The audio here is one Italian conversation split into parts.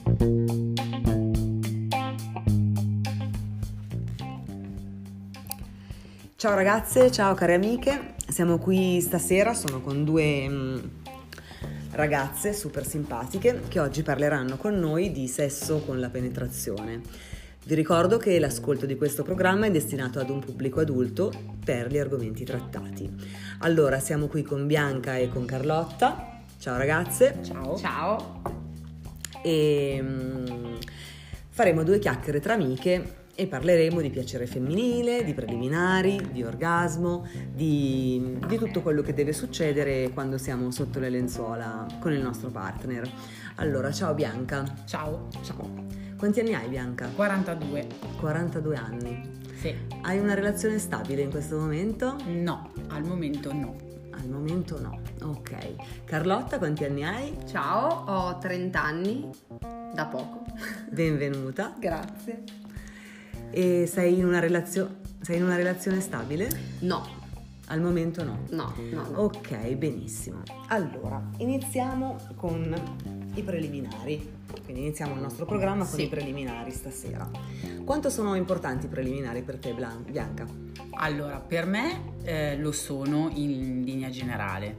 Ciao ragazze, ciao care amiche, siamo qui stasera, sono con due ragazze super simpatiche che oggi parleranno con noi di sesso con la penetrazione. Vi ricordo che l'ascolto di questo programma è destinato ad un pubblico adulto per gli argomenti trattati. Allora, siamo qui con Bianca e con Carlotta. Ciao ragazze. Ciao. Ciao. E faremo due chiacchiere tra amiche e parleremo di piacere femminile, di preliminari, di orgasmo, di tutto quello che deve succedere quando siamo sotto le lenzuola con il nostro partner. Allora, ciao Bianca. Ciao. Quanti anni hai, Bianca? 42. 42 anni. Sì. Hai una relazione stabile in questo momento? No, al momento no. Al momento no. Ok. Carlotta, quanti anni hai? Ciao, ho 30 anni, da poco. Benvenuta. Grazie. E sei in una relazione stabile? No. Al momento no. No. Ok, benissimo. Allora, iniziamo con i preliminari. Quindi iniziamo il nostro programma con i preliminari stasera. Quanto sono importanti i preliminari per te, Bianca? Allora, per me lo sono in linea generale.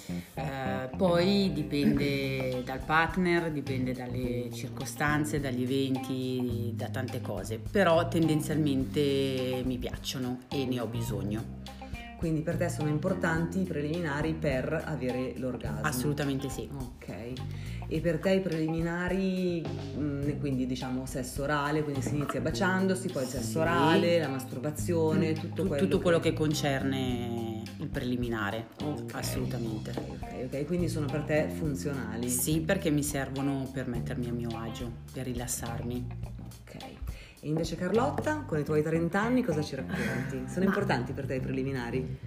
Poi dipende dal partner, dipende dalle circostanze, dagli eventi, da tante cose. Però tendenzialmente mi piacciono e ne ho bisogno. Quindi per te sono importanti i preliminari per avere l'orgasmo? Assolutamente sì. Ok. E per te i preliminari, quindi diciamo sesso orale, quindi si inizia baciandosi, poi il sesso orale, la masturbazione, tutto quello che concerne il preliminare. Okay. Assolutamente. Ok, quindi sono per te funzionali? Sì, perché mi servono per mettermi a mio agio, per rilassarmi. Ok. E invece Carlotta, con i tuoi 30 anni cosa ci racconti? Sono importanti per te i preliminari?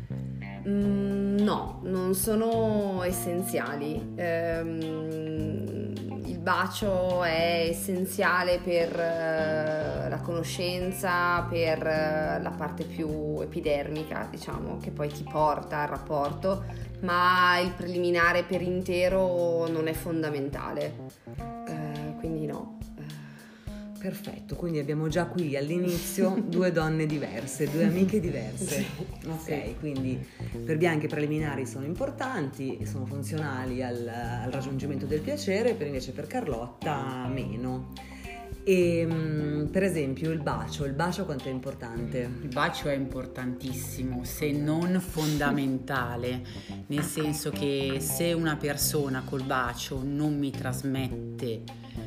No, non sono essenziali. Il bacio è essenziale per la conoscenza, per la parte più epidermica, diciamo, che poi ti porta al rapporto, ma il preliminare per intero non è fondamentale. Quindi no. Perfetto, quindi abbiamo già qui all'inizio due donne diverse, due amiche diverse. Sì, ok, sì. Quindi per Bianca i preliminari sono importanti, sono funzionali al raggiungimento del piacere, invece per Carlotta meno. E per esempio il bacio quanto è importante? Il bacio è importantissimo, se non fondamentale, nel senso che se una persona col bacio non mi trasmette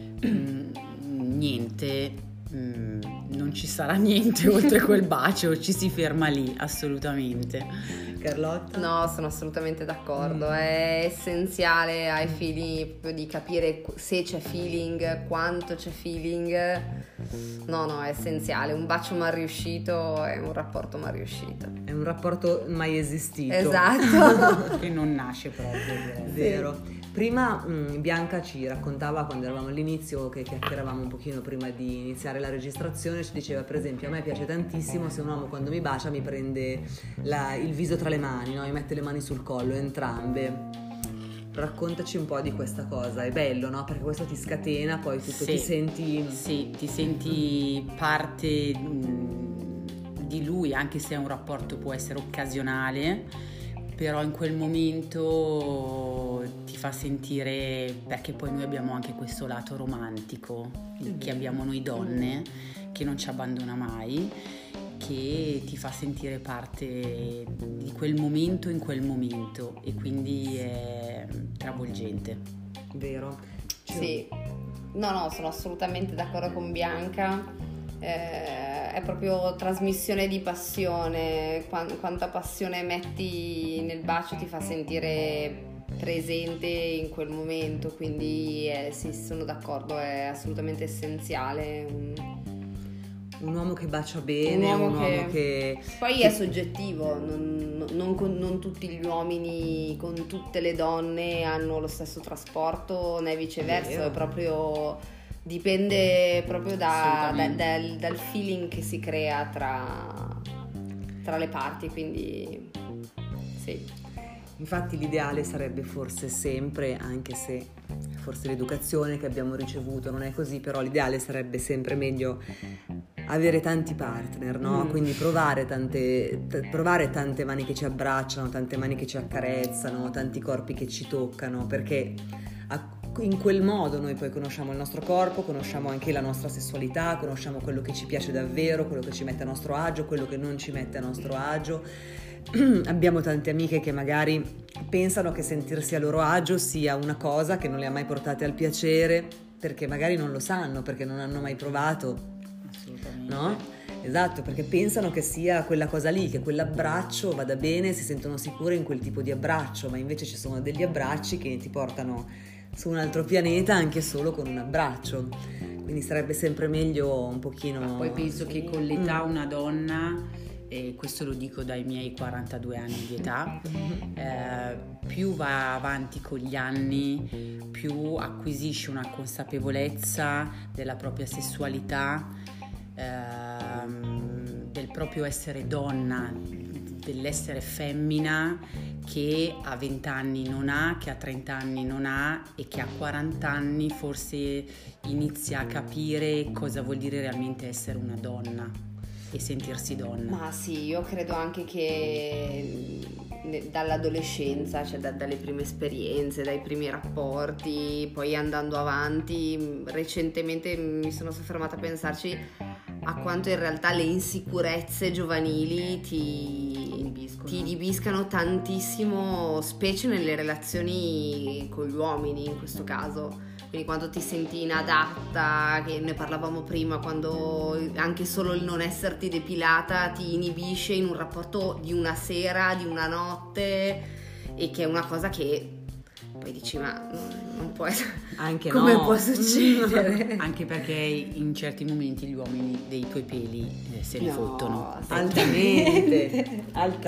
niente, non ci sarà niente oltre quel bacio, ci si ferma lì, assolutamente. Carlotta? No, sono assolutamente d'accordo, è essenziale ai fini proprio di capire se c'è feeling, quanto c'è feeling. No, è essenziale, un bacio mal riuscito è un rapporto mal riuscito. È un rapporto mai esistito. Esatto. Che non nasce proprio, direi. Vero. Prima Bianca ci raccontava, quando eravamo all'inizio, che chiacchieravamo un pochino prima di iniziare la registrazione, ci diceva per esempio: a me piace tantissimo se un uomo quando mi bacia mi prende il viso tra le mani, no? Mi mette le mani sul collo, entrambe. Raccontaci un po' di questa cosa, è bello, no? Perché questo ti scatena, poi tutto ti senti... Sì, ti senti parte di lui, anche se un rapporto può essere occasionale, però in quel momento ti fa sentire, perché poi noi abbiamo anche questo lato romantico che abbiamo noi donne, che non ci abbandona mai, che ti fa sentire parte di quel momento in quel momento, e quindi è travolgente. Vero? Sì, no, sono assolutamente d'accordo con Bianca. È proprio trasmissione di passione, quanta passione metti nel bacio ti fa sentire presente in quel momento, quindi sì, sono d'accordo, è assolutamente essenziale un uomo che bacia bene, un uomo che... Poi è soggettivo, non tutti gli uomini con tutte le donne hanno lo stesso trasporto, né viceversa, è proprio... Dipende proprio dal feeling che si crea tra le parti, quindi sì. Infatti l'ideale sarebbe forse sempre, anche se forse l'educazione che abbiamo ricevuto non è così, però l'ideale sarebbe sempre meglio avere tanti partner, no? Quindi provare tante mani che ci abbracciano, tante mani che ci accarezzano, tanti corpi che ci toccano, perché in quel modo noi poi conosciamo il nostro corpo, conosciamo anche la nostra sessualità, conosciamo quello che ci piace davvero, quello che ci mette a nostro agio, quello che non ci mette a nostro agio. Abbiamo tante amiche che magari pensano che sentirsi a loro agio sia una cosa che non le ha mai portate al piacere, perché magari non lo sanno, perché non hanno mai provato. Assolutamente. No? Esatto, perché pensano che sia quella cosa lì, che quell'abbraccio vada bene, si sentono sicure in quel tipo di abbraccio, ma invece ci sono degli abbracci che ti portano su un altro pianeta anche solo con un abbraccio. Quindi sarebbe sempre meglio un pochino... Ma poi penso che con l'età una donna, e questo lo dico dai miei 42 anni di età, più va avanti con gli anni, più acquisisce una consapevolezza della propria sessualità, del proprio essere donna, dell'essere femmina, che a 20 anni non ha, che a 30 anni non ha, e che a 40 anni forse inizia a capire cosa vuol dire realmente essere una donna e sentirsi donna. Ma sì, io credo anche che dall'adolescenza, cioè dalle prime esperienze, dai primi rapporti, poi andando avanti, recentemente mi sono soffermata a pensarci a quanto in realtà le insicurezze giovanili ti inibiscano tantissimo, specie nelle relazioni con gli uomini in questo caso. Quindi quando ti senti inadatta, che ne parlavamo prima, quando anche solo il non esserti depilata ti inibisce in un rapporto di una sera, di una notte, e che è una cosa che poi dici ma non può essere, anche come no. può succedere? Anche perché in certi momenti gli uomini dei tuoi peli se ne fottono. Altamente.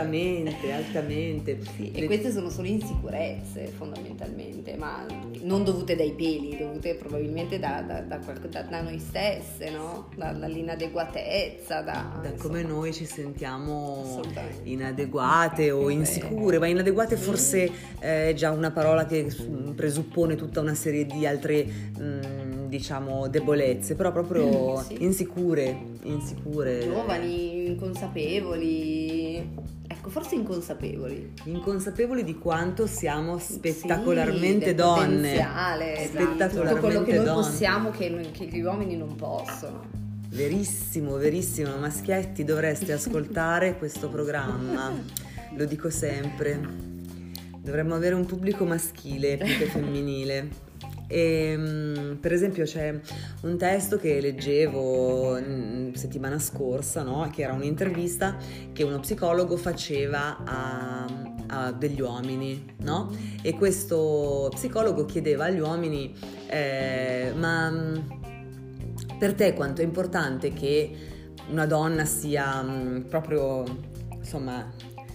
Sì, e queste sono solo insicurezze fondamentalmente, ma non dovute dai peli, dovute probabilmente da noi stesse, no? Dall'inadeguatezza, da come noi ci sentiamo Assolutamente. inadeguate o insicure, ma inadeguate forse è già una parola che presuppone tutta una serie di altre diciamo debolezze, però proprio sì. insicure, Giovani, inconsapevoli, ecco, forse inconsapevoli di quanto siamo spettacolarmente del donne, potenziale, spettacolarmente tutto quello che noi donne. possiamo che gli uomini non possono. Verissimo, maschietti, dovreste ascoltare questo programma, lo dico sempre, dovremmo avere un pubblico maschile più che femminile. E, per esempio c'è un testo che leggevo settimana scorsa, no? Che era un'intervista che uno psicologo faceva a degli uomini, no? E questo psicologo chiedeva agli uomini ma per te quanto è importante che una donna sia proprio, insomma,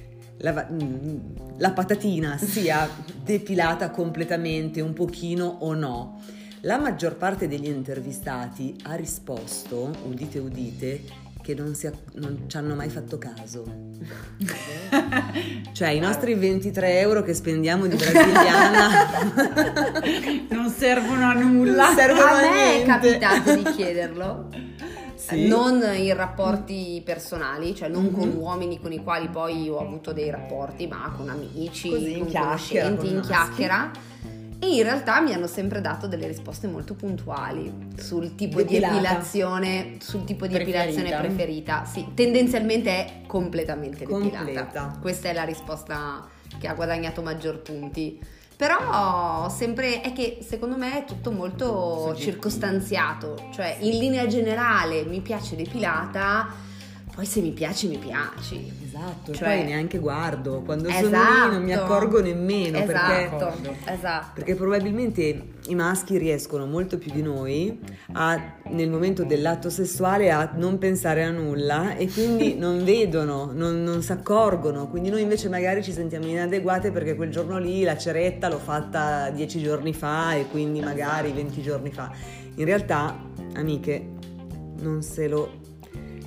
la patatina sia depilata completamente, un pochino o no? La maggior parte degli intervistati ha risposto, udite, che non ci hanno mai fatto caso. Cioè i nostri 23 euro che spendiamo di brasiliana non servono a nulla. Non servono A me è niente. capitato di chiederlo. Sì? Non in rapporti personali, cioè non con uomini con i quali poi ho avuto dei rapporti, ma con amici, Così, in con chiacchiera, conoscenti, con in maschi. chiacchiera. E in realtà mi hanno sempre dato delle risposte molto puntuali sul tipo Depilata. di epilazione, sul tipo di epilazione Preferita. preferita. Sì, tendenzialmente è completamente depilata. Completa. Questa è la risposta che ha guadagnato maggior punti. Però sempre è che secondo me è tutto molto Soggettivo. circostanziato, cioè in linea generale mi piace depilata, poi se mi piaci mi piaci. Esatto, Cioè- poi neanche guardo, quando sono Esatto. lì non mi accorgo nemmeno, Esatto, perché esatto. probabilmente i maschi riescono molto più di noi nel momento dell'atto sessuale a non pensare a nulla e quindi non vedono, non si accorgono, quindi noi invece magari ci sentiamo inadeguate perché quel giorno lì la ceretta l'ho fatta 10 giorni fa e quindi magari 20 giorni fa. In realtà, amiche, non se lo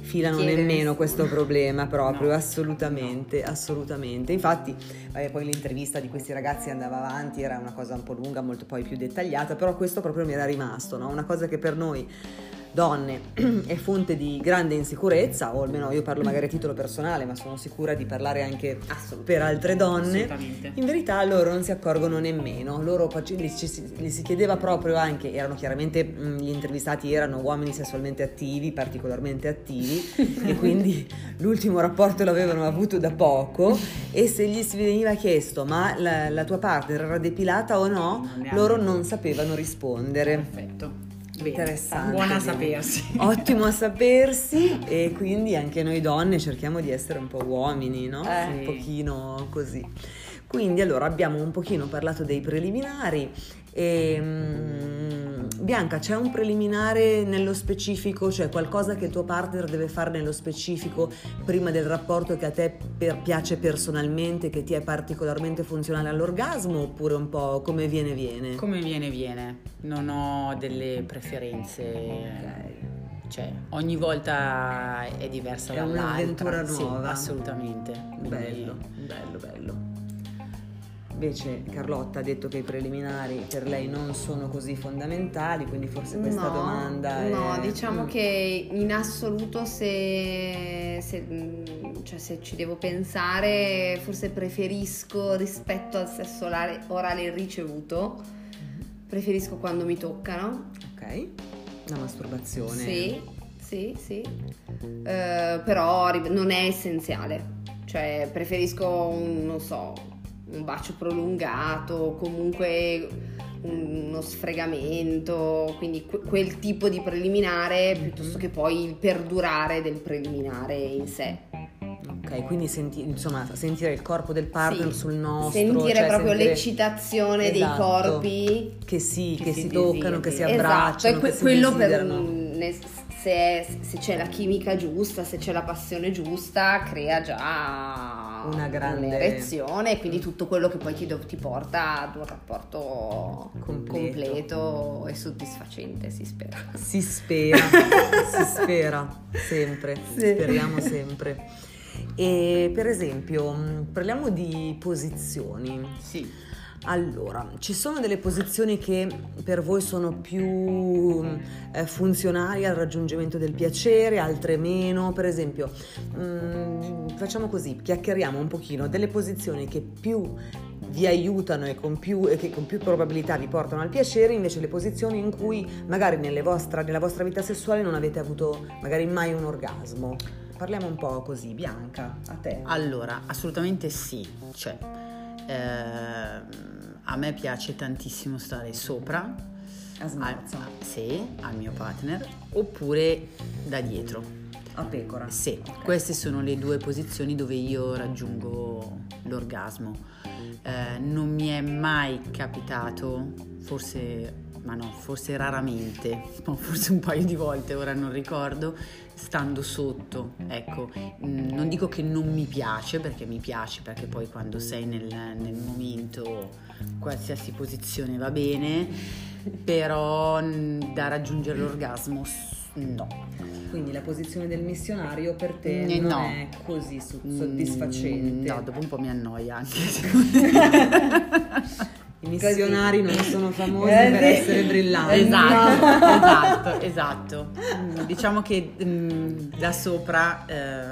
fila non nemmeno questo problema proprio, no, assolutamente. Infatti poi l'intervista di questi ragazzi andava avanti, era una cosa un po' lunga, molto poi più dettagliata, però questo proprio mi era rimasto, no? Una cosa che per noi donne è fonte di grande insicurezza, o almeno io parlo magari a titolo personale, ma sono sicura di parlare anche per altre donne. In verità loro non si accorgono nemmeno, loro gli si chiedeva proprio anche, erano chiaramente gli intervistati erano uomini sessualmente attivi, particolarmente attivi e quindi l'ultimo rapporto l'avevano avuto da poco, e se gli si veniva chiesto ma la tua partner era depilata o no, loro non sapevano rispondere. Perfetto. Interessante, buona a sapersi. Ottimo a sapersi, e quindi anche noi donne cerchiamo di essere un po' uomini, no? Un pochino così. Quindi allora abbiamo un pochino parlato dei preliminari e Bianca, c'è un preliminare nello specifico, cioè qualcosa che il tuo partner deve fare nello specifico prima del rapporto che a te piace personalmente, che ti è particolarmente funzionale all'orgasmo, oppure un po' come viene? Come viene, non ho delle preferenze. Cioè, ogni volta è diversa dall'altra. È un'avventura nuova. Sì, assolutamente. Bello. Invece Carlotta ha detto che i preliminari per lei non sono così fondamentali, quindi forse questa domanda è... No, diciamo che in assoluto se ci devo pensare, forse preferisco rispetto al sesso orale ricevuto, preferisco quando mi toccano. Ok, la masturbazione. Sì. Però non è essenziale, cioè preferisco un bacio prolungato, comunque uno sfregamento, quindi quel tipo di preliminare piuttosto che poi il perdurare del preliminare in sé. Ok, quindi sentire il corpo del partner sul nostro, sentire proprio l'eccitazione dei corpi che si toccano, che si abbracciano, che quello si desiderano. Se c'è la chimica giusta, se c'è la passione giusta, crea già una grande erezione, e quindi tutto quello che poi ti porta ad un rapporto completo e soddisfacente, si spera sempre. Speriamo sempre. E per esempio parliamo di posizioni. Sì. Allora, ci sono delle posizioni che per voi sono più funzionali al raggiungimento del piacere, altre meno. Per esempio, facciamo così, chiacchieriamo un pochino delle posizioni che più vi aiutano e che con più probabilità vi portano al piacere, invece le posizioni in cui magari nella vostra vita sessuale non avete avuto magari mai un orgasmo. Parliamo un po' così. Bianca, a te. Allora, assolutamente sì, cioè a me piace tantissimo stare sopra al mio partner, oppure da dietro a pecora. Sì, okay. Queste sono le due posizioni dove io raggiungo l'orgasmo. Non mi è mai capitato, forse raramente, forse un paio di volte, ora non ricordo, stando sotto, ecco. Non dico che non mi piace, perché mi piace, perché poi quando sei nel momento qualsiasi posizione va bene, però da raggiungere l'orgasmo no. Quindi la posizione del missionario per te non è così soddisfacente? No, dopo un po' mi annoia anche. I missionari non sono famosi per essere brillanti. Esatto. Diciamo che da sopra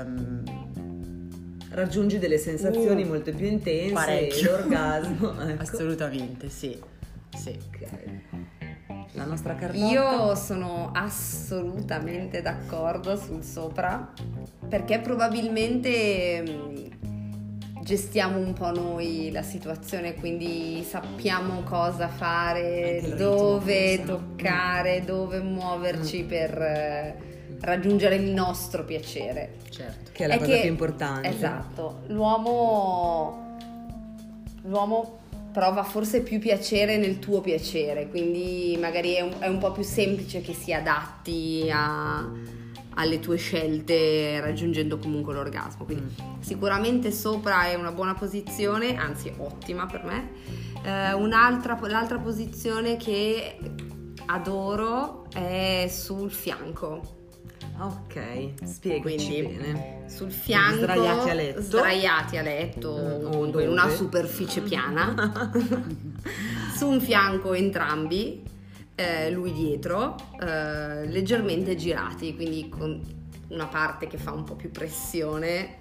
raggiungi delle sensazioni molto più intense, parecchio. E l'orgasmo. Ecco. Assolutamente, sì. Okay. La nostra Carlotta? Io sono assolutamente d'accordo sul sopra, perché probabilmente gestiamo un po' noi la situazione, quindi sappiamo cosa fare, dove toccare, dove muoverci per raggiungere il nostro piacere. Certo, che è la cosa più importante. Esatto, l'uomo prova forse più piacere nel tuo piacere, quindi magari è un po' più semplice che si adatti alle tue scelte, raggiungendo comunque l'orgasmo. Quindi sicuramente sopra è una buona posizione, anzi ottima per me. L'altra posizione che adoro è sul fianco. Ok, spiegaci Quindi, bene. Sul fianco, sdraiati a letto o in una superficie piana, su un fianco entrambi, lui dietro, leggermente girati, quindi con una parte che fa un po' più pressione.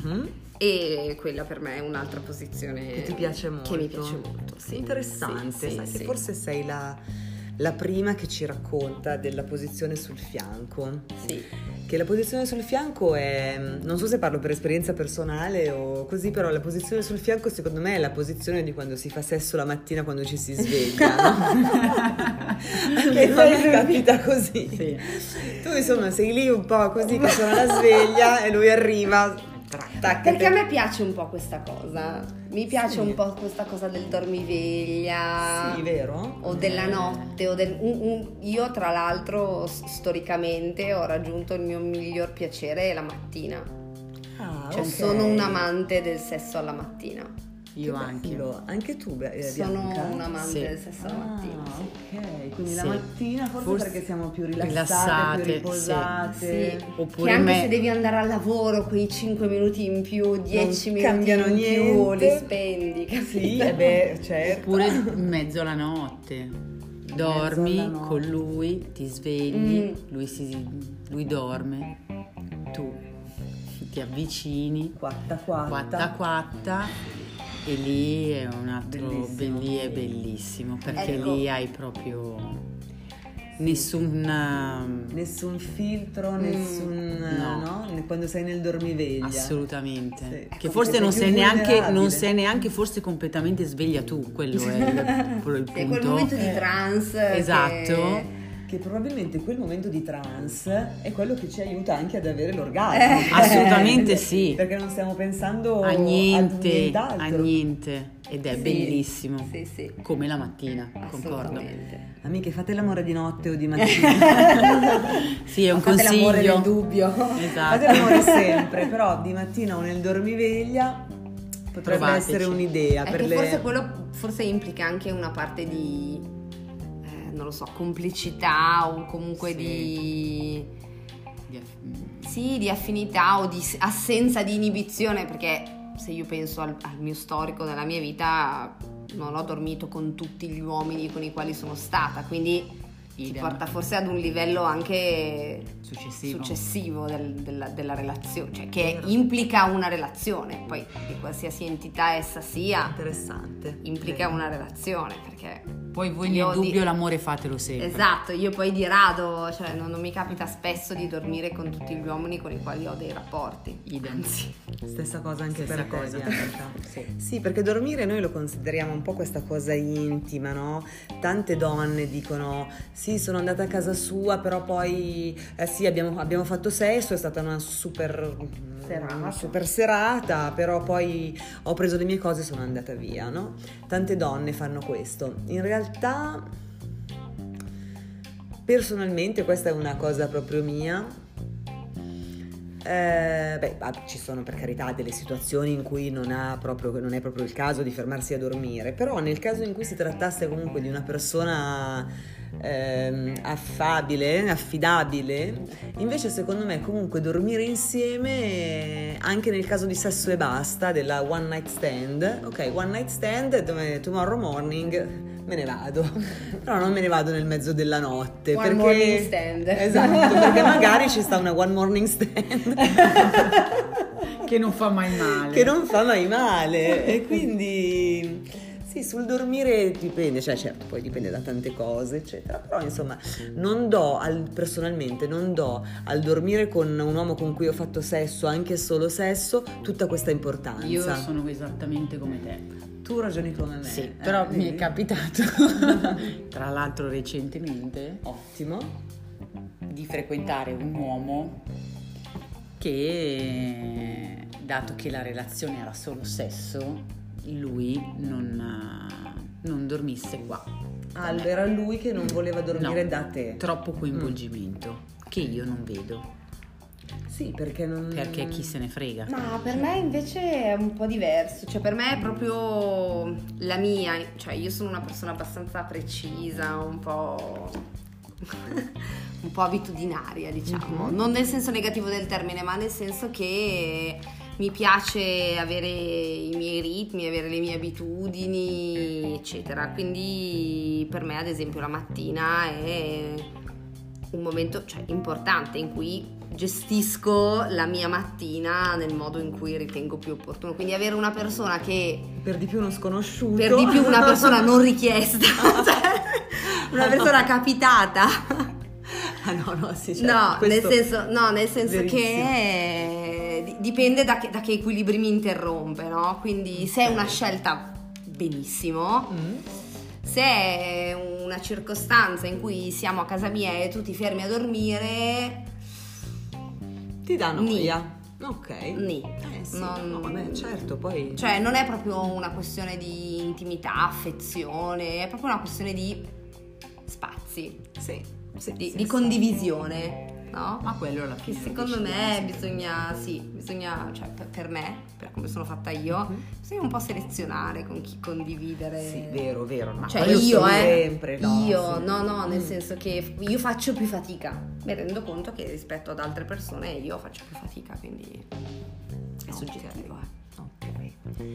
E quella per me è un'altra posizione che ti piace molto. Che mi piace molto, sì. Interessante, sai che forse sei la prima che ci racconta della posizione sul fianco. Sì. Che la posizione sul fianco è, non so se parlo per esperienza personale o così, però la posizione sul fianco secondo me è la posizione di quando si fa sesso la mattina quando ci si sveglia, no? Che poi capita così. Sì. Tu insomma sei lì un po' così che suona la sveglia e lui arriva. Perché a me piace un po' questa cosa. Mi piace un po' questa cosa del dormiveglia. Sì, vero? O della notte. Io tra l'altro storicamente ho raggiunto il mio miglior piacere la mattina. Cioè sono un amante del sesso alla mattina. Io anche. Anche tu, sono Bianca? un amante del sesso alla mattina. Ok, quindi la mattina forse perché siamo più rilassate, rilassate, più riposate. Sì. Oppure che anche se devi andare al lavoro, quei 5 minuti in più, 10 minuti cambiano in niente. più, li spendi, capito? Sì, certo. Oppure in mezzo alla notte. Dormi con lui, ti svegli, lui dorme, tu ti avvicini, quatta. E lì è un altro, lì è bellissimo, perché lì hai proprio nessun filtro, no? Quando sei nel dormiveglia. Assolutamente. Sì. Che forse non sei neanche forse completamente sveglia tu, quello è il punto. È quel momento di trance. Esatto. Che probabilmente quel momento di trance è quello che ci aiuta anche ad avere l'orgasmo. Assolutamente sì. Perché non stiamo pensando a niente, ed è sì, bellissimo. Sì. Come la mattina, concordo. Amiche, fate l'amore di notte o di mattina. Sì, è un fate consiglio. Fate l'amore nel dubbio. Esatto. Fate l'amore sempre, però di mattina o nel dormiveglia potrebbe essere un'idea. Forse quello implica anche una parte di non lo so, complicità o comunque di affinità o di assenza di inibizione, perché se io penso al mio storico della mia vita, non ho dormito con tutti gli uomini con i quali sono stata, quindi ti porta forse ad un livello anche successivo della relazione, cioè che implica una relazione, poi di qualsiasi entità essa sia. Interessante. Implica una relazione, perché poi voi nel dubbio l'amore fatelo sempre. Esatto, io poi di rado, cioè non mi capita spesso di dormire con tutti gli uomini con i quali ho dei rapporti. Anzi, stessa cosa anche per te. Sì, perché dormire noi lo consideriamo un po' questa cosa intima, no? Tante donne dicono sì, sono andata a casa sua, però poi sì, abbiamo fatto sesso, è stata una super serata, però poi ho preso le mie cose e sono andata via, no? Tante donne fanno questo. In realtà, personalmente, questa è una cosa proprio mia. Ci sono per carità delle situazioni in cui non è proprio il caso di fermarsi a dormire, però nel caso in cui si trattasse comunque di una persona affidabile, invece secondo me comunque dormire insieme, anche nel caso di sesso e basta, della one night stand, dove tomorrow morning me ne vado, però non me ne vado nel mezzo della notte, one morning stand. Esatto, perché magari ci sta una one morning stand che non fa mai male, e quindi sì, sul dormire dipende, cioè certo poi dipende da tante cose eccetera, però insomma personalmente non do al dormire con un uomo con cui ho fatto sesso, anche solo sesso, tutta questa importanza. Io sono esattamente come te. Tu ragioni come me. Sì, però mi è capitato tra l'altro recentemente, ottimo, di frequentare un uomo che, dato che la relazione era solo sesso, lui non dormisse qua. Era lui che non voleva dormire da te. Troppo coinvolgimento che io non vedo. Sì, perché chi se ne frega. Ma per me invece è un po' diverso, cioè per me è proprio la mia, cioè io sono una persona abbastanza precisa, un po' un po' abitudinaria, diciamo, non nel senso negativo del termine, ma nel senso che mi piace avere i miei ritmi, avere le mie abitudini, eccetera. Quindi per me, ad esempio, la mattina è un momento, cioè, importante in cui gestisco la mia mattina nel modo in cui ritengo più opportuno. Quindi avere una persona che per di più uno sconosciuto, per di più una persona non richiesta, cioè una persona capitata. Ah, no, sì, certo. Nel senso che dipende da che equilibri mi interrompe, no? Quindi se è una scelta, benissimo. Se è una circostanza in cui siamo a casa mia e tu ti fermi a dormire, ti dà noia. Ok. Sì, vabbè, certo, poi... Cioè non è proprio una questione di intimità, affezione, è proprio una questione di spazi, di condivisione, no? Ma quello alla fine, che secondo me bisogna, cioè per me, per come sono fatta io, bisogna un po' selezionare con chi condividere. Sì, vero, ma cioè io sempre, nel senso che io faccio più fatica, mi rendo conto che rispetto ad altre persone io faccio più fatica, quindi è soggettivo. Ok.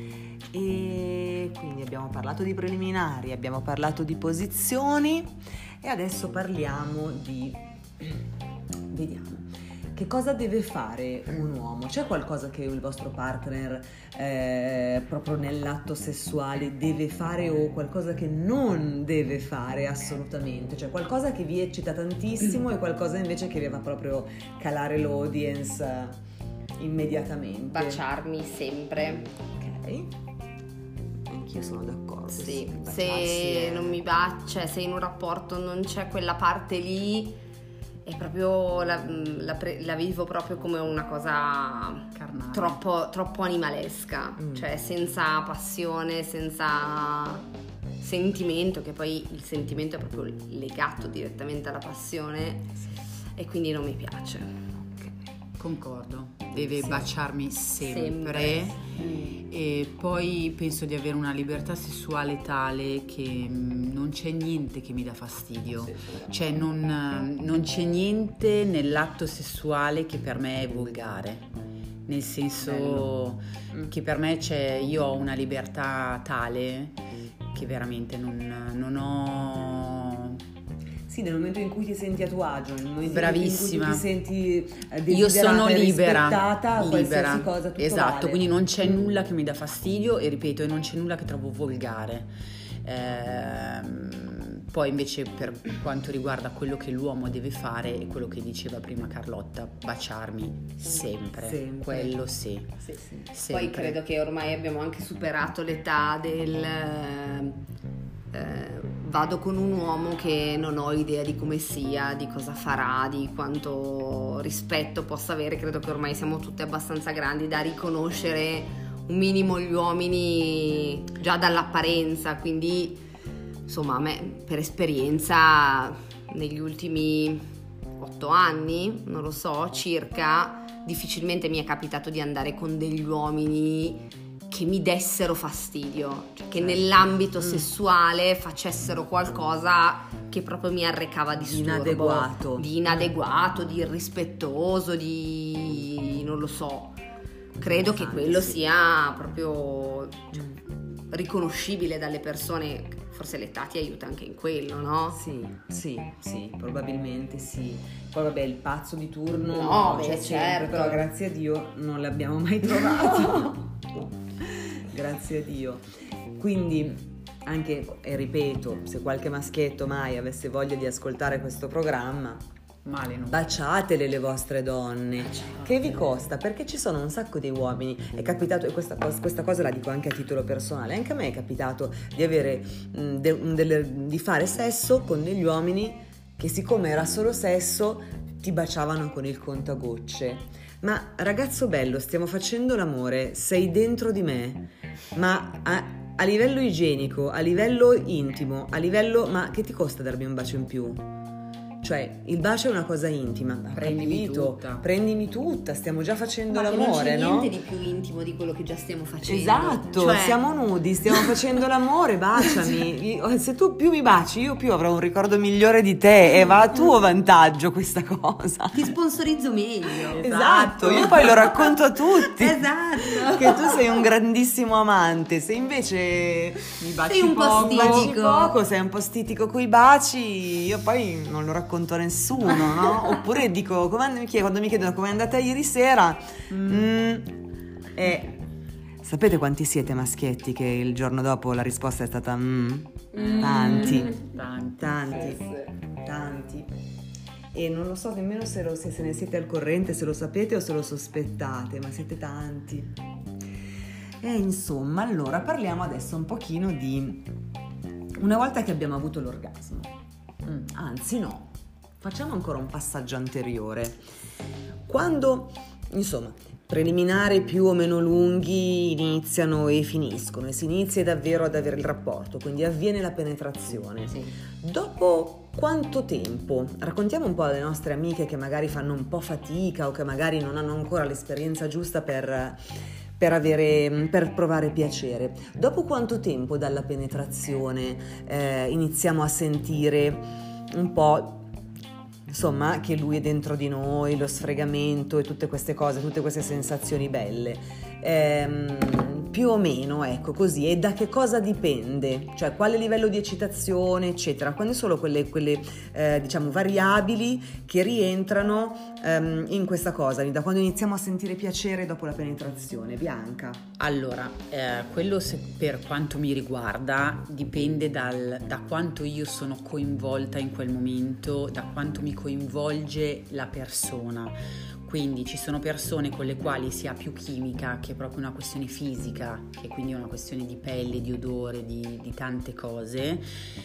E quindi abbiamo parlato di preliminari, abbiamo parlato di posizioni e adesso parliamo di... Vediamo. Che cosa deve fare un uomo? C'è qualcosa che il vostro partner proprio nell'atto sessuale deve fare o qualcosa che non deve fare assolutamente? Cioè qualcosa che vi eccita tantissimo e qualcosa invece che vi fa proprio calare l'audience immediatamente? Baciarmi sempre. Ok. Anch'io sono d'accordo. Sì. Se non mi bacia, se in un rapporto non c'è quella parte lì, è proprio la vivo proprio come una cosa carnale, troppo animalesca, cioè senza passione, senza sentimento, che poi il sentimento è proprio legato direttamente alla passione, e quindi non mi piace. Concordo, deve baciarmi sempre. E poi penso di avere una libertà sessuale tale che non c'è niente che mi dà fastidio, cioè non c'è niente nell'atto sessuale che per me è volgare, nel senso che per me io ho una libertà tale che veramente non ho... Sì, nel momento in cui ti senti a tuo agio, nel momento bravissima, in cui ti senti desiderata, io sono libera, qualsiasi cosa, tutto esatto, vale. Quindi non c'è nulla che mi dà fastidio e ripeto, non c'è nulla che trovo volgare. Poi invece per quanto riguarda quello che l'uomo deve fare è quello che diceva prima Carlotta, baciarmi sempre. Quello sì. Poi credo che ormai abbiamo anche superato l'età del vado con un uomo che non ho idea di come sia, di cosa farà, di quanto rispetto possa avere. Credo che ormai siamo tutte abbastanza grandi da riconoscere un minimo gli uomini già dall'apparenza, quindi insomma a me per esperienza negli ultimi 8 anni, non lo so, circa, difficilmente mi è capitato di andare con degli uomini che mi dessero fastidio, cioè che nell'ambito sessuale facessero qualcosa che proprio mi arrecava disturbo, di inadeguato, di irrispettoso, di non lo so. Credo che quello sia proprio riconoscibile dalle persone. Forse l'età ti aiuta anche in quello, no? Sì, probabilmente sì. Poi vabbè, il pazzo di turno no, c'è certo. sempre, però grazie a Dio non l'abbiamo mai trovato. Grazie a Dio. Quindi anche, e ripeto, se qualche maschietto mai avesse voglia di ascoltare questo programma, baciatele le vostre donne, che vi costa, perché ci sono un sacco di uomini. È capitato, e questa cosa la dico anche a titolo personale, anche a me è capitato di avere di fare sesso con degli uomini che, siccome era solo sesso, ti baciavano con il contagocce. Ma ragazzo bello, stiamo facendo l'amore, sei dentro di me, ma a livello igienico, a livello intimo, a livello... ma che ti costa darmi un bacio in più? cioè il bacio è una cosa intima. Prendimi Capito? tutta. Prendimi tutta, stiamo già facendo Ma l'amore, non c'è no? niente di più intimo di quello che già stiamo facendo. Esatto, Cioè, siamo nudi, stiamo facendo l'amore, baciami. Se tu più mi baci, io più avrò un ricordo migliore di te e va a tuo vantaggio questa cosa. ti sponsorizzo meglio. Esatto, io poi lo racconto a tutti. Esatto. Che tu sei un grandissimo amante, se invece Mi baci Sei un po' poco. stitico. baci poco, sei un po' stitico coi baci, io poi non lo racconto a nessuno, no? Oppure dico, quando mi chiedono come è andata ieri sera, sapete quanti siete maschietti che il giorno dopo la risposta è stata tanti. E non lo so nemmeno se ne siete al corrente, se lo sapete o se lo sospettate, ma siete tanti. E insomma, allora parliamo adesso un pochino di una volta che abbiamo avuto l'orgasmo. Anzi no, facciamo ancora un passaggio anteriore. Quando, insomma, preliminari più o meno lunghi iniziano e finiscono e si inizia davvero ad avere il rapporto, quindi avviene la penetrazione. Sì. Dopo quanto tempo? Raccontiamo un po' alle nostre amiche che magari fanno un po' fatica o che magari non hanno ancora l'esperienza giusta per provare piacere. Dopo quanto tempo dalla penetrazione iniziamo a sentire un po', insomma, che lui è dentro di noi, lo sfregamento e tutte queste cose, tutte queste sensazioni belle? Più o meno, ecco, così. E da che cosa dipende? Cioè, quale livello di eccitazione, eccetera? Quali sono quelle diciamo, variabili che rientrano in questa cosa? Da quando iniziamo a sentire piacere dopo la penetrazione? Bianca? Allora, quello per quanto mi riguarda dipende da quanto io sono coinvolta in quel momento, da quanto mi coinvolge la persona. Quindi ci sono persone con le quali si ha più chimica, che è proprio una questione fisica, che quindi è una questione di pelle, di odore, di tante cose,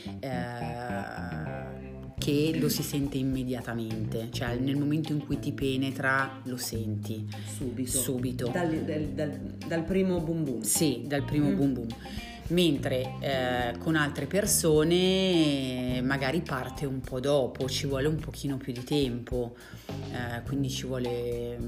che lo si sente immediatamente, cioè nel momento in cui ti penetra lo senti subito. Dal primo boom boom. Sì, dal primo boom boom. Mentre con altre persone magari parte un po' dopo, ci vuole un pochino più di tempo, quindi ci vuole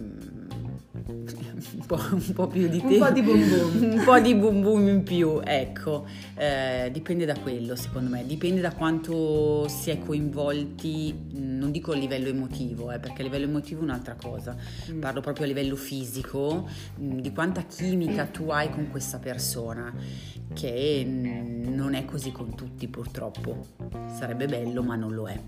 un po' più di tempo, Un po' di boom boom. un po' di boom boom in più, ecco. Dipende da quello, secondo me, dipende da quanto si è coinvolti, non dico a livello emotivo, perché a livello emotivo è un'altra cosa, parlo proprio a livello fisico, di quanta chimica tu hai con questa persona, che non è così con tutti purtroppo. Sarebbe bello, ma non lo è.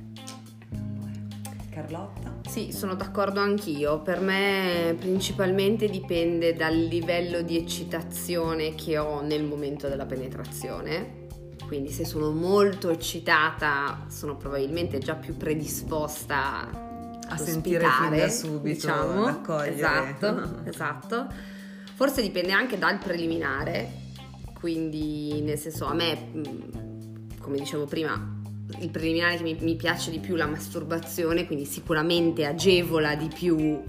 Carlotta? Sì, sono d'accordo anch'io. Per me principalmente dipende dal livello di eccitazione che ho nel momento della penetrazione. Quindi se sono molto eccitata sono probabilmente già più predisposta A ad sentire ospitare, fin da subito, diciamo. ad accogliere. Esatto. Forse dipende anche dal preliminare. Quindi nel senso, a me, come dicevo prima, il preliminare che mi piace di più, la masturbazione, quindi sicuramente agevola di più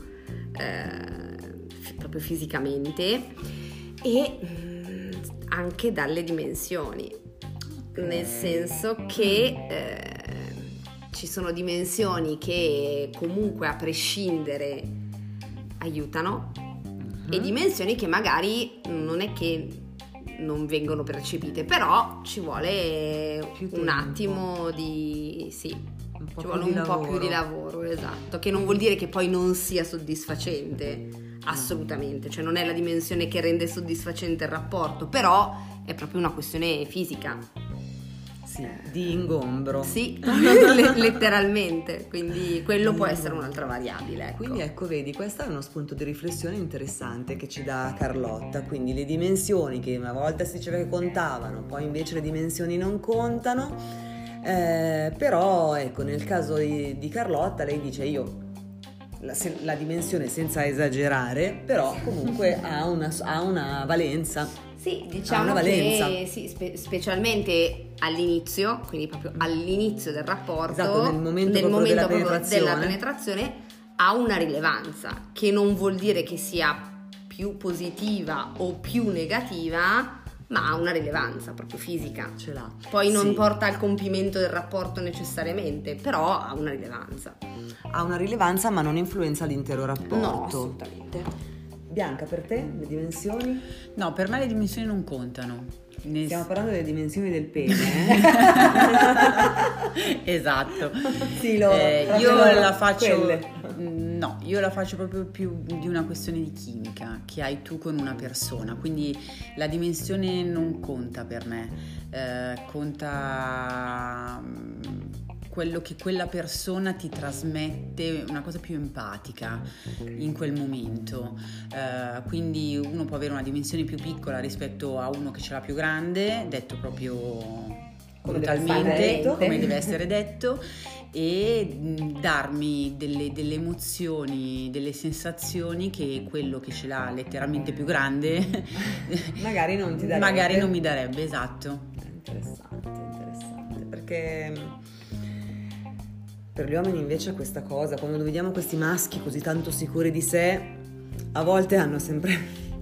proprio fisicamente, e anche dalle dimensioni, nel senso che ci sono dimensioni che comunque a prescindere aiutano e dimensioni che magari non è che non vengono percepite, però ci vuole Più un tempo. attimo di ci vuole più di un po' lavoro. più di lavoro, esatto, che non vuol dire che poi non sia soddisfacente, assolutamente, cioè non è la dimensione che rende soddisfacente il rapporto, però è proprio una questione fisica. Sì, di ingombro. Sì, letteralmente, quindi quello può essere un'altra variabile, ecco. Quindi ecco, vedi, questo è uno spunto di riflessione interessante che ci dà Carlotta. Quindi le dimensioni che una volta si diceva che contavano, poi invece le dimensioni non contano, però ecco, nel caso di Carlotta lei dice la dimensione, senza esagerare, però comunque ha una valenza. Sì, Ha diciamo una valenza. che sì, specialmente all'inizio, quindi proprio all'inizio del rapporto, Esatto, nel momento proprio della penetrazione, ha una rilevanza, che non vuol dire che sia più positiva o più negativa, ma ha una rilevanza proprio fisica. Ce l'ha. Poi non Sì. porta al compimento del rapporto necessariamente, però ha una rilevanza. Ha una rilevanza ma non influenza l'intero rapporto. No, assolutamente. Bianca, per te le dimensioni? No, per me le dimensioni non contano. Stiamo parlando delle dimensioni del pene, Esatto. Sì, io la faccio quelle. no, io la faccio proprio più di una questione di chimica che hai tu con una persona, quindi la dimensione non conta per me, conta quello che quella persona ti trasmette, una cosa più empatica in quel momento. Quindi uno può avere una dimensione più piccola rispetto a uno che ce l'ha più grande, detto proprio brutalmente, come deve essere detto, e darmi delle emozioni, delle sensazioni che quello che ce l'ha letteralmente più grande magari non ti darebbe. magari non mi darebbe, esatto. Interessante, perché per gli uomini invece questa cosa, quando vediamo questi maschi così tanto sicuri di sé, a volte hanno sempre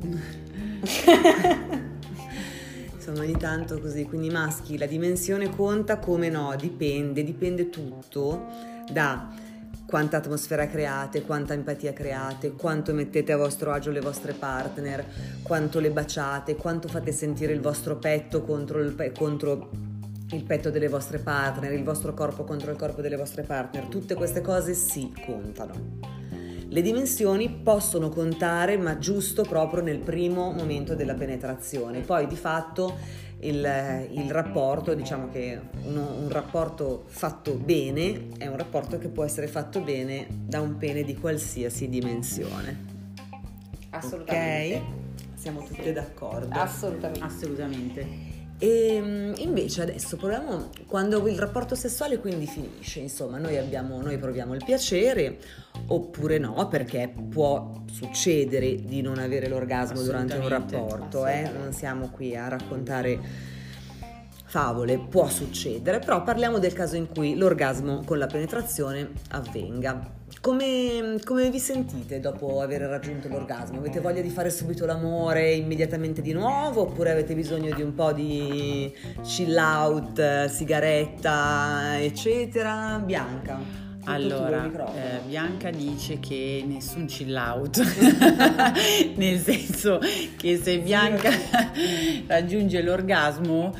insomma ogni tanto così, quindi i maschi, la dimensione conta, come no, dipende tutto da quanta atmosfera create, quanta empatia create, quanto mettete a vostro agio le vostre partner, quanto le baciate, quanto fate sentire il vostro petto contro il petto delle vostre partner, il vostro corpo contro il corpo delle vostre partner. Tutte queste cose sì contano. Le dimensioni possono contare, ma giusto proprio nel primo momento della penetrazione. Poi di fatto il rapporto, diciamo che un rapporto fatto bene è un rapporto che può essere fatto bene da un pene di qualsiasi dimensione. Assolutamente. Ok? Siamo tutte d'accordo. Assolutamente. E invece adesso proviamo, quando il rapporto sessuale quindi finisce, insomma noi proviamo il piacere oppure no, perché può succedere di non avere l'orgasmo durante un rapporto, non siamo qui a raccontare favole, può succedere, però parliamo del caso in cui l'orgasmo con la penetrazione avvenga. Come vi sentite dopo aver raggiunto l'orgasmo? Avete voglia di fare subito l'amore immediatamente di nuovo oppure avete bisogno di un po' di chill out, sigaretta, eccetera? Bianca? Allora, Bianca dice che nessun chill out, nel senso che se Bianca raggiunge l'orgasmo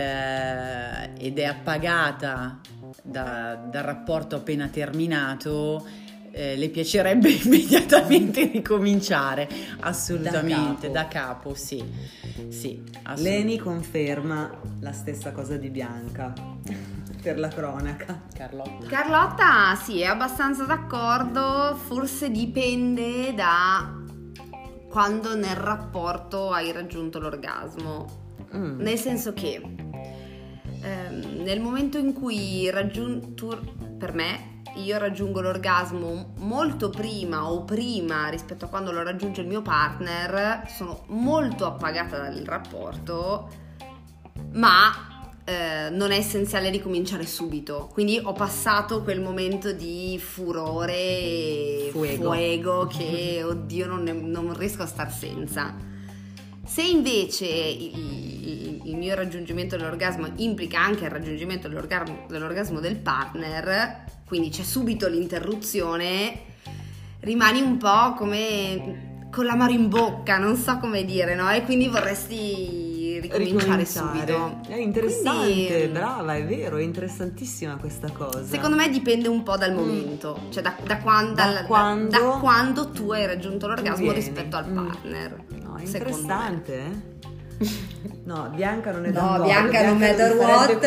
ed è appagata dal rapporto appena terminato, le piacerebbe immediatamente ricominciare, assolutamente, da capo, sì, Leni conferma la stessa cosa di Bianca, per la cronaca. Carlotta sì, è abbastanza d'accordo, forse dipende da quando nel rapporto hai raggiunto l'orgasmo, nel senso che nel momento in cui per me io raggiungo l'orgasmo molto prima o prima rispetto a quando lo raggiunge il mio partner, sono molto appagata dal rapporto, ma non è essenziale ricominciare subito, quindi ho passato quel momento di furore e fuego che oddio non riesco a star senza. Se invece il mio raggiungimento dell'orgasmo implica anche il raggiungimento dell'orgasmo del partner, quindi c'è subito l'interruzione, rimani un po' come con l'amaro in bocca, non so come dire, no? E quindi vorresti ricominciare subito. È interessante, quindi, brava, è vero, è interessantissima questa cosa. Secondo me dipende un po' dal momento, cioè da quando tu hai raggiunto l'orgasmo rispetto al partner. No, è interessante, No, Bianca non è d'accordo. No, Bianca non matter what.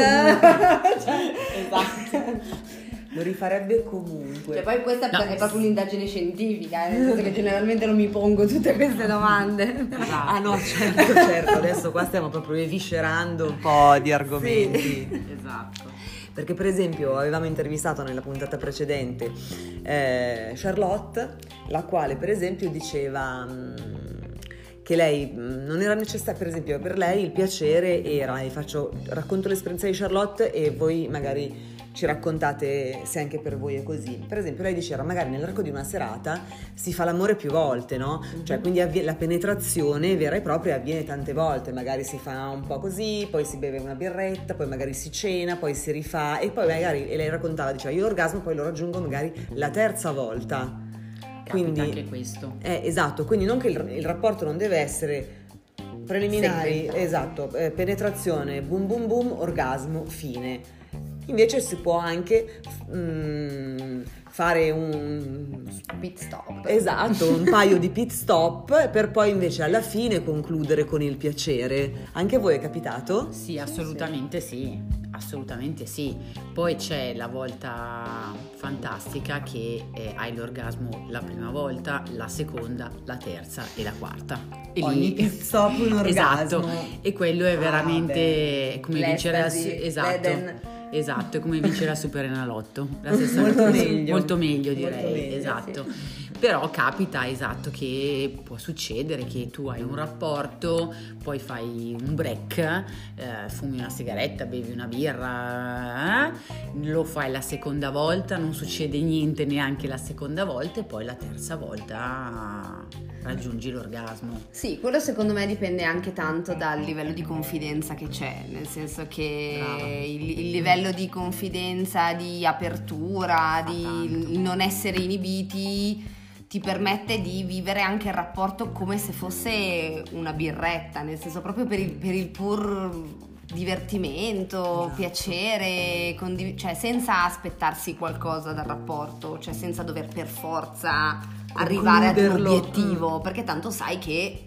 Esatto. Lo rifarebbe comunque. Cioè, poi questa è proprio un'indagine scientifica, nel senso che generalmente non mi pongo tutte queste domande. Esatto. Ah no, certo, adesso qua stiamo proprio eviscerando un po' di argomenti. Sì. Esatto. Perché per esempio avevamo intervistato nella puntata precedente Charlotte, la quale per esempio diceva che lei non era necessario, per esempio per lei il piacere era, racconto l'esperienza di Charlotte e voi magari ci raccontate se anche per voi è così. Per esempio lei diceva magari nell'arco di una serata si fa l'amore più volte, no? Cioè quindi la penetrazione vera e propria avviene tante volte, magari si fa un po' così, poi si beve una birretta, poi magari si cena, poi si rifà e poi magari, e lei raccontava, diceva io l'orgasmo poi lo raggiungo magari la terza volta. Quindi anche questo. Esatto, quindi non che il rapporto non deve essere preliminari, Segreto. esatto, penetrazione, boom boom boom, orgasmo, fine. Invece si può anche fare un Pit stop. esatto, un paio di pit stop per poi invece alla fine concludere con il piacere. Anche a voi è capitato? Sì, assolutamente sì, assolutamente sì. Poi c'è la volta fantastica che hai l'orgasmo la prima volta, la seconda, la terza e la quarta. E Ogni pit stop un orgasmo. Esatto, e quello è veramente come vincere L'estasi, esatto. l'Eden. Esatto, è come vincere la Super Enalotto. La stessa Molto cosa. meglio. Molto meglio direi, Molto meglio, esatto. sì. Però capita, esatto, che può succedere che tu hai un rapporto, poi fai un break, fumi una sigaretta, bevi una birra, lo fai la seconda volta, non succede niente neanche la seconda volta e poi la terza volta raggiungi l'orgasmo. Sì, quello secondo me dipende anche tanto dal livello di confidenza che c'è, nel senso che Brava. il livello di confidenza, di apertura, di non essere inibiti ti permette di vivere anche il rapporto come se fosse una birretta, nel senso proprio per il pur divertimento, Esatto. piacere, cioè senza aspettarsi qualcosa dal rapporto, cioè senza dover per forza arrivare ad un Concluderlo. obiettivo, perché tanto sai che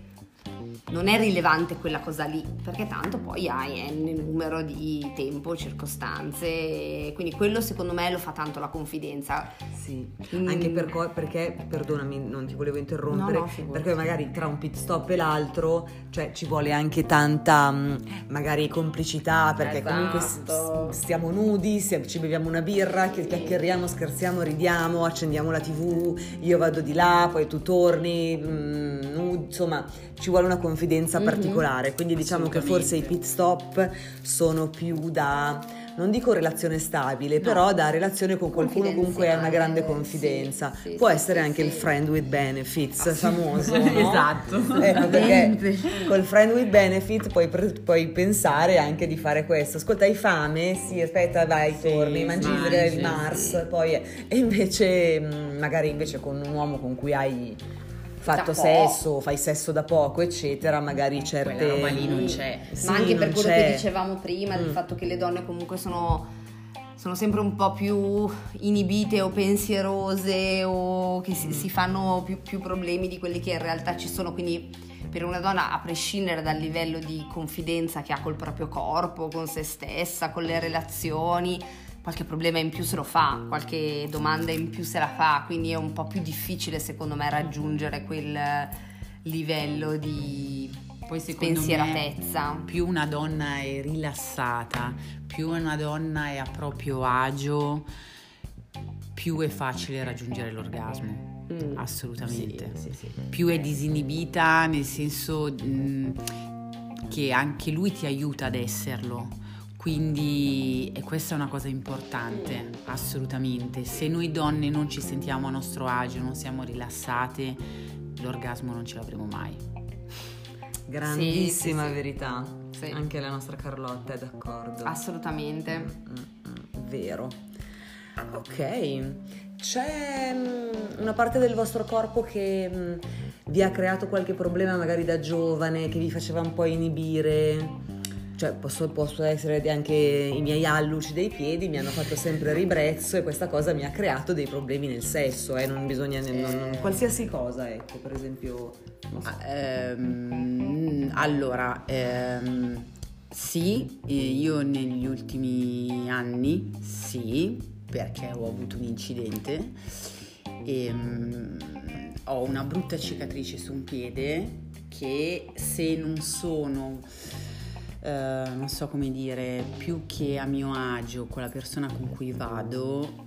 non è rilevante quella cosa lì, perché tanto poi hai n numero di tempo, circostanze, quindi quello secondo me lo fa tanto la confidenza. Sì, Mm. anche perché, perdonami, non ti volevo interrompere, No, figurati. perché magari tra un pit stop e l'altro, cioè ci vuole anche tanta magari complicità, perché comunque Esatto. stiamo nudi, ci beviamo una birra, che chiacchieriamo, scherziamo, ridiamo, accendiamo la TV, io vado di là, poi tu torni, nudi, insomma ci vuole una confidenza particolare, quindi diciamo che forse i pit stop sono più da, non dico relazione stabile, però da relazione con qualcuno comunque hai una grande confidenza. Sì, Può sì, essere sì, anche sì. il friend with benefits famoso, no? Esatto. Ecco, perché col friend with benefit puoi pensare anche di fare questo. Ascolta, hai fame? Sì, aspetta, vai, Sì, torni, mangi mangi, il Mars, sì. poi e invece magari invece con un uomo con cui hai fatto Da sesso, fai sesso da poco, eccetera, magari certe Quella roba lì non c'è. Sì, Ma anche per non quello c'è. che dicevamo prima, del fatto che le donne comunque sono sempre un po' più inibite o pensierose o che si fanno più problemi di quelli che in realtà ci sono, quindi per una donna, a prescindere dal livello di confidenza che ha col proprio corpo, con se stessa, con le relazioni, qualche problema in più se lo fa, qualche domanda in più se la fa, quindi è un po' più difficile secondo me raggiungere quel livello di Poi secondo spensieratezza. me più una donna è rilassata, più una donna è a proprio agio, più è facile raggiungere l'orgasmo. Assolutamente. Sì. Più è disinibita, nel senso che anche lui ti aiuta ad esserlo. Quindi e questa è una cosa importante, assolutamente. Se noi donne non ci sentiamo a nostro agio, non siamo rilassate, l'orgasmo non ce l'avremo mai. Grandissima Sì. verità. Sì. Anche la nostra Carlotta è d'accordo. Assolutamente. Vero. Ok, c'è una parte del vostro corpo che vi ha creato qualche problema magari da giovane, che vi faceva un po' inibire? Cioè posso essere anche i miei alluci dei piedi mi hanno fatto sempre ribrezzo e questa cosa mi ha creato dei problemi nel sesso, non bisogna qualsiasi cosa, ecco, per esempio non so. Allora, sì, io negli ultimi anni sì, perché ho avuto un incidente e ho una brutta cicatrice su un piede che se non sono non so come dire, più che a mio agio con la persona con cui vado,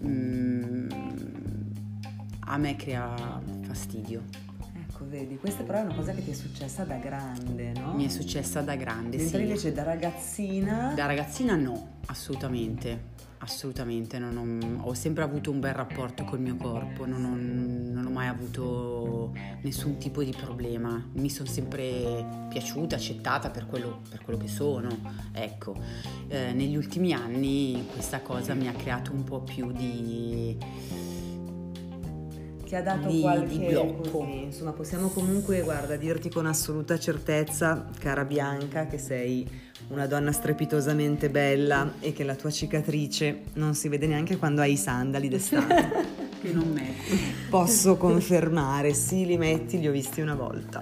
a me crea fastidio. Ecco, vedi, questa però è una cosa che ti è successa da grande, no? Mi è successa da grande, Mentre sì. invece da ragazzina Da ragazzina no, assolutamente. assolutamente, ho sempre avuto un bel rapporto col mio corpo, non ho mai avuto nessun tipo di problema, mi sono sempre piaciuta, accettata per quello che sono, ecco. Negli ultimi anni questa cosa mi ha creato un po' più di ti ha dato di qualche blocco. Così. Insomma, possiamo comunque, guarda, dirti con assoluta certezza, cara Bianca, che sei una donna strepitosamente bella e che la tua cicatrice non si vede neanche quando hai i sandali d'estate. Che non metti. Posso confermare, sì, li metti, li ho visti una volta.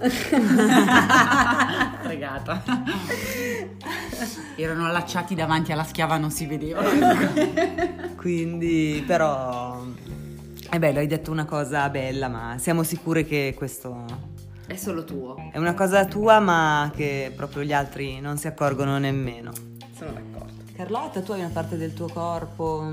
Fregata. Erano allacciati davanti alla schiava, non si vedevano. Quindi, però, è bello, hai detto una cosa bella, ma siamo sicure che questo È solo tuo. è una cosa tua, ma che proprio gli altri non si accorgono nemmeno. Sono d'accordo. Carlotta, tu hai una parte del tuo corpo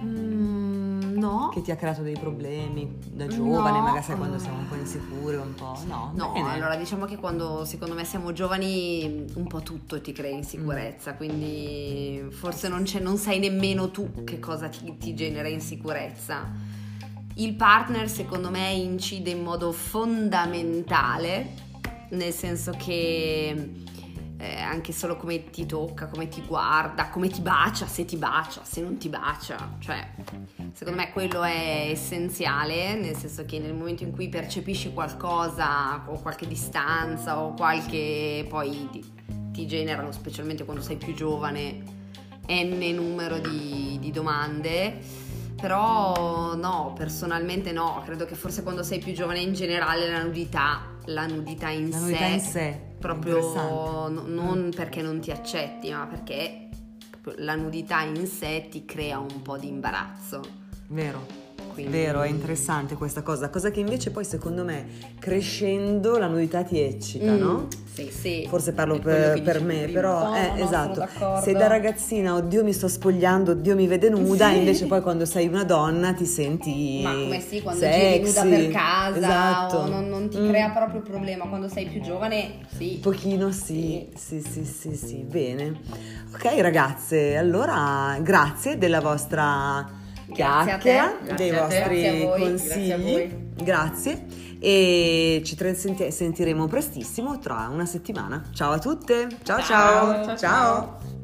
No. che ti ha creato dei problemi da giovane, No. magari sai quando siamo un po' insicure, un po'... No, No, bene. allora diciamo che quando secondo me siamo giovani un po' tutto ti crea Mm. insicurezza, quindi forse non sai nemmeno tu che cosa ti genera insicurezza. Il partner secondo me incide in modo fondamentale, nel senso che anche solo come ti tocca, come ti guarda, come ti bacia, se non ti bacia, cioè secondo me quello è essenziale, nel senso che nel momento in cui percepisci qualcosa o qualche distanza o qualche poi ti generano, specialmente quando sei più giovane, n numero di domande. Però no, personalmente no, credo che forse quando sei più giovane in generale la nudità in sé proprio non perché non ti accetti, ma perché proprio la nudità in sé ti crea un po' di imbarazzo. Vero. Quindi... Vero, è interessante questa cosa che invece poi secondo me crescendo la nudità ti eccita, no? Sì. Forse parlo È quello che per dicevo me, prima. però No, esatto. sono d'accordo. Se da ragazzina, oddio mi sto spogliando, oddio mi vede nuda, Sì. invece poi quando sei una donna ti senti Ma come sì, quando sexy. giri nuda per casa, esatto. o non ti crea proprio problema. Quando sei più giovane, sì. Un pochino sì, bene. Ok ragazze, allora grazie della vostra Grazie a te. chiacchiera, Grazie dei a te. vostri Grazie a voi. consigli. Grazie a voi. Grazie. E ci sentiremo prestissimo tra una settimana. Ciao a tutte. Ciao. Ciao.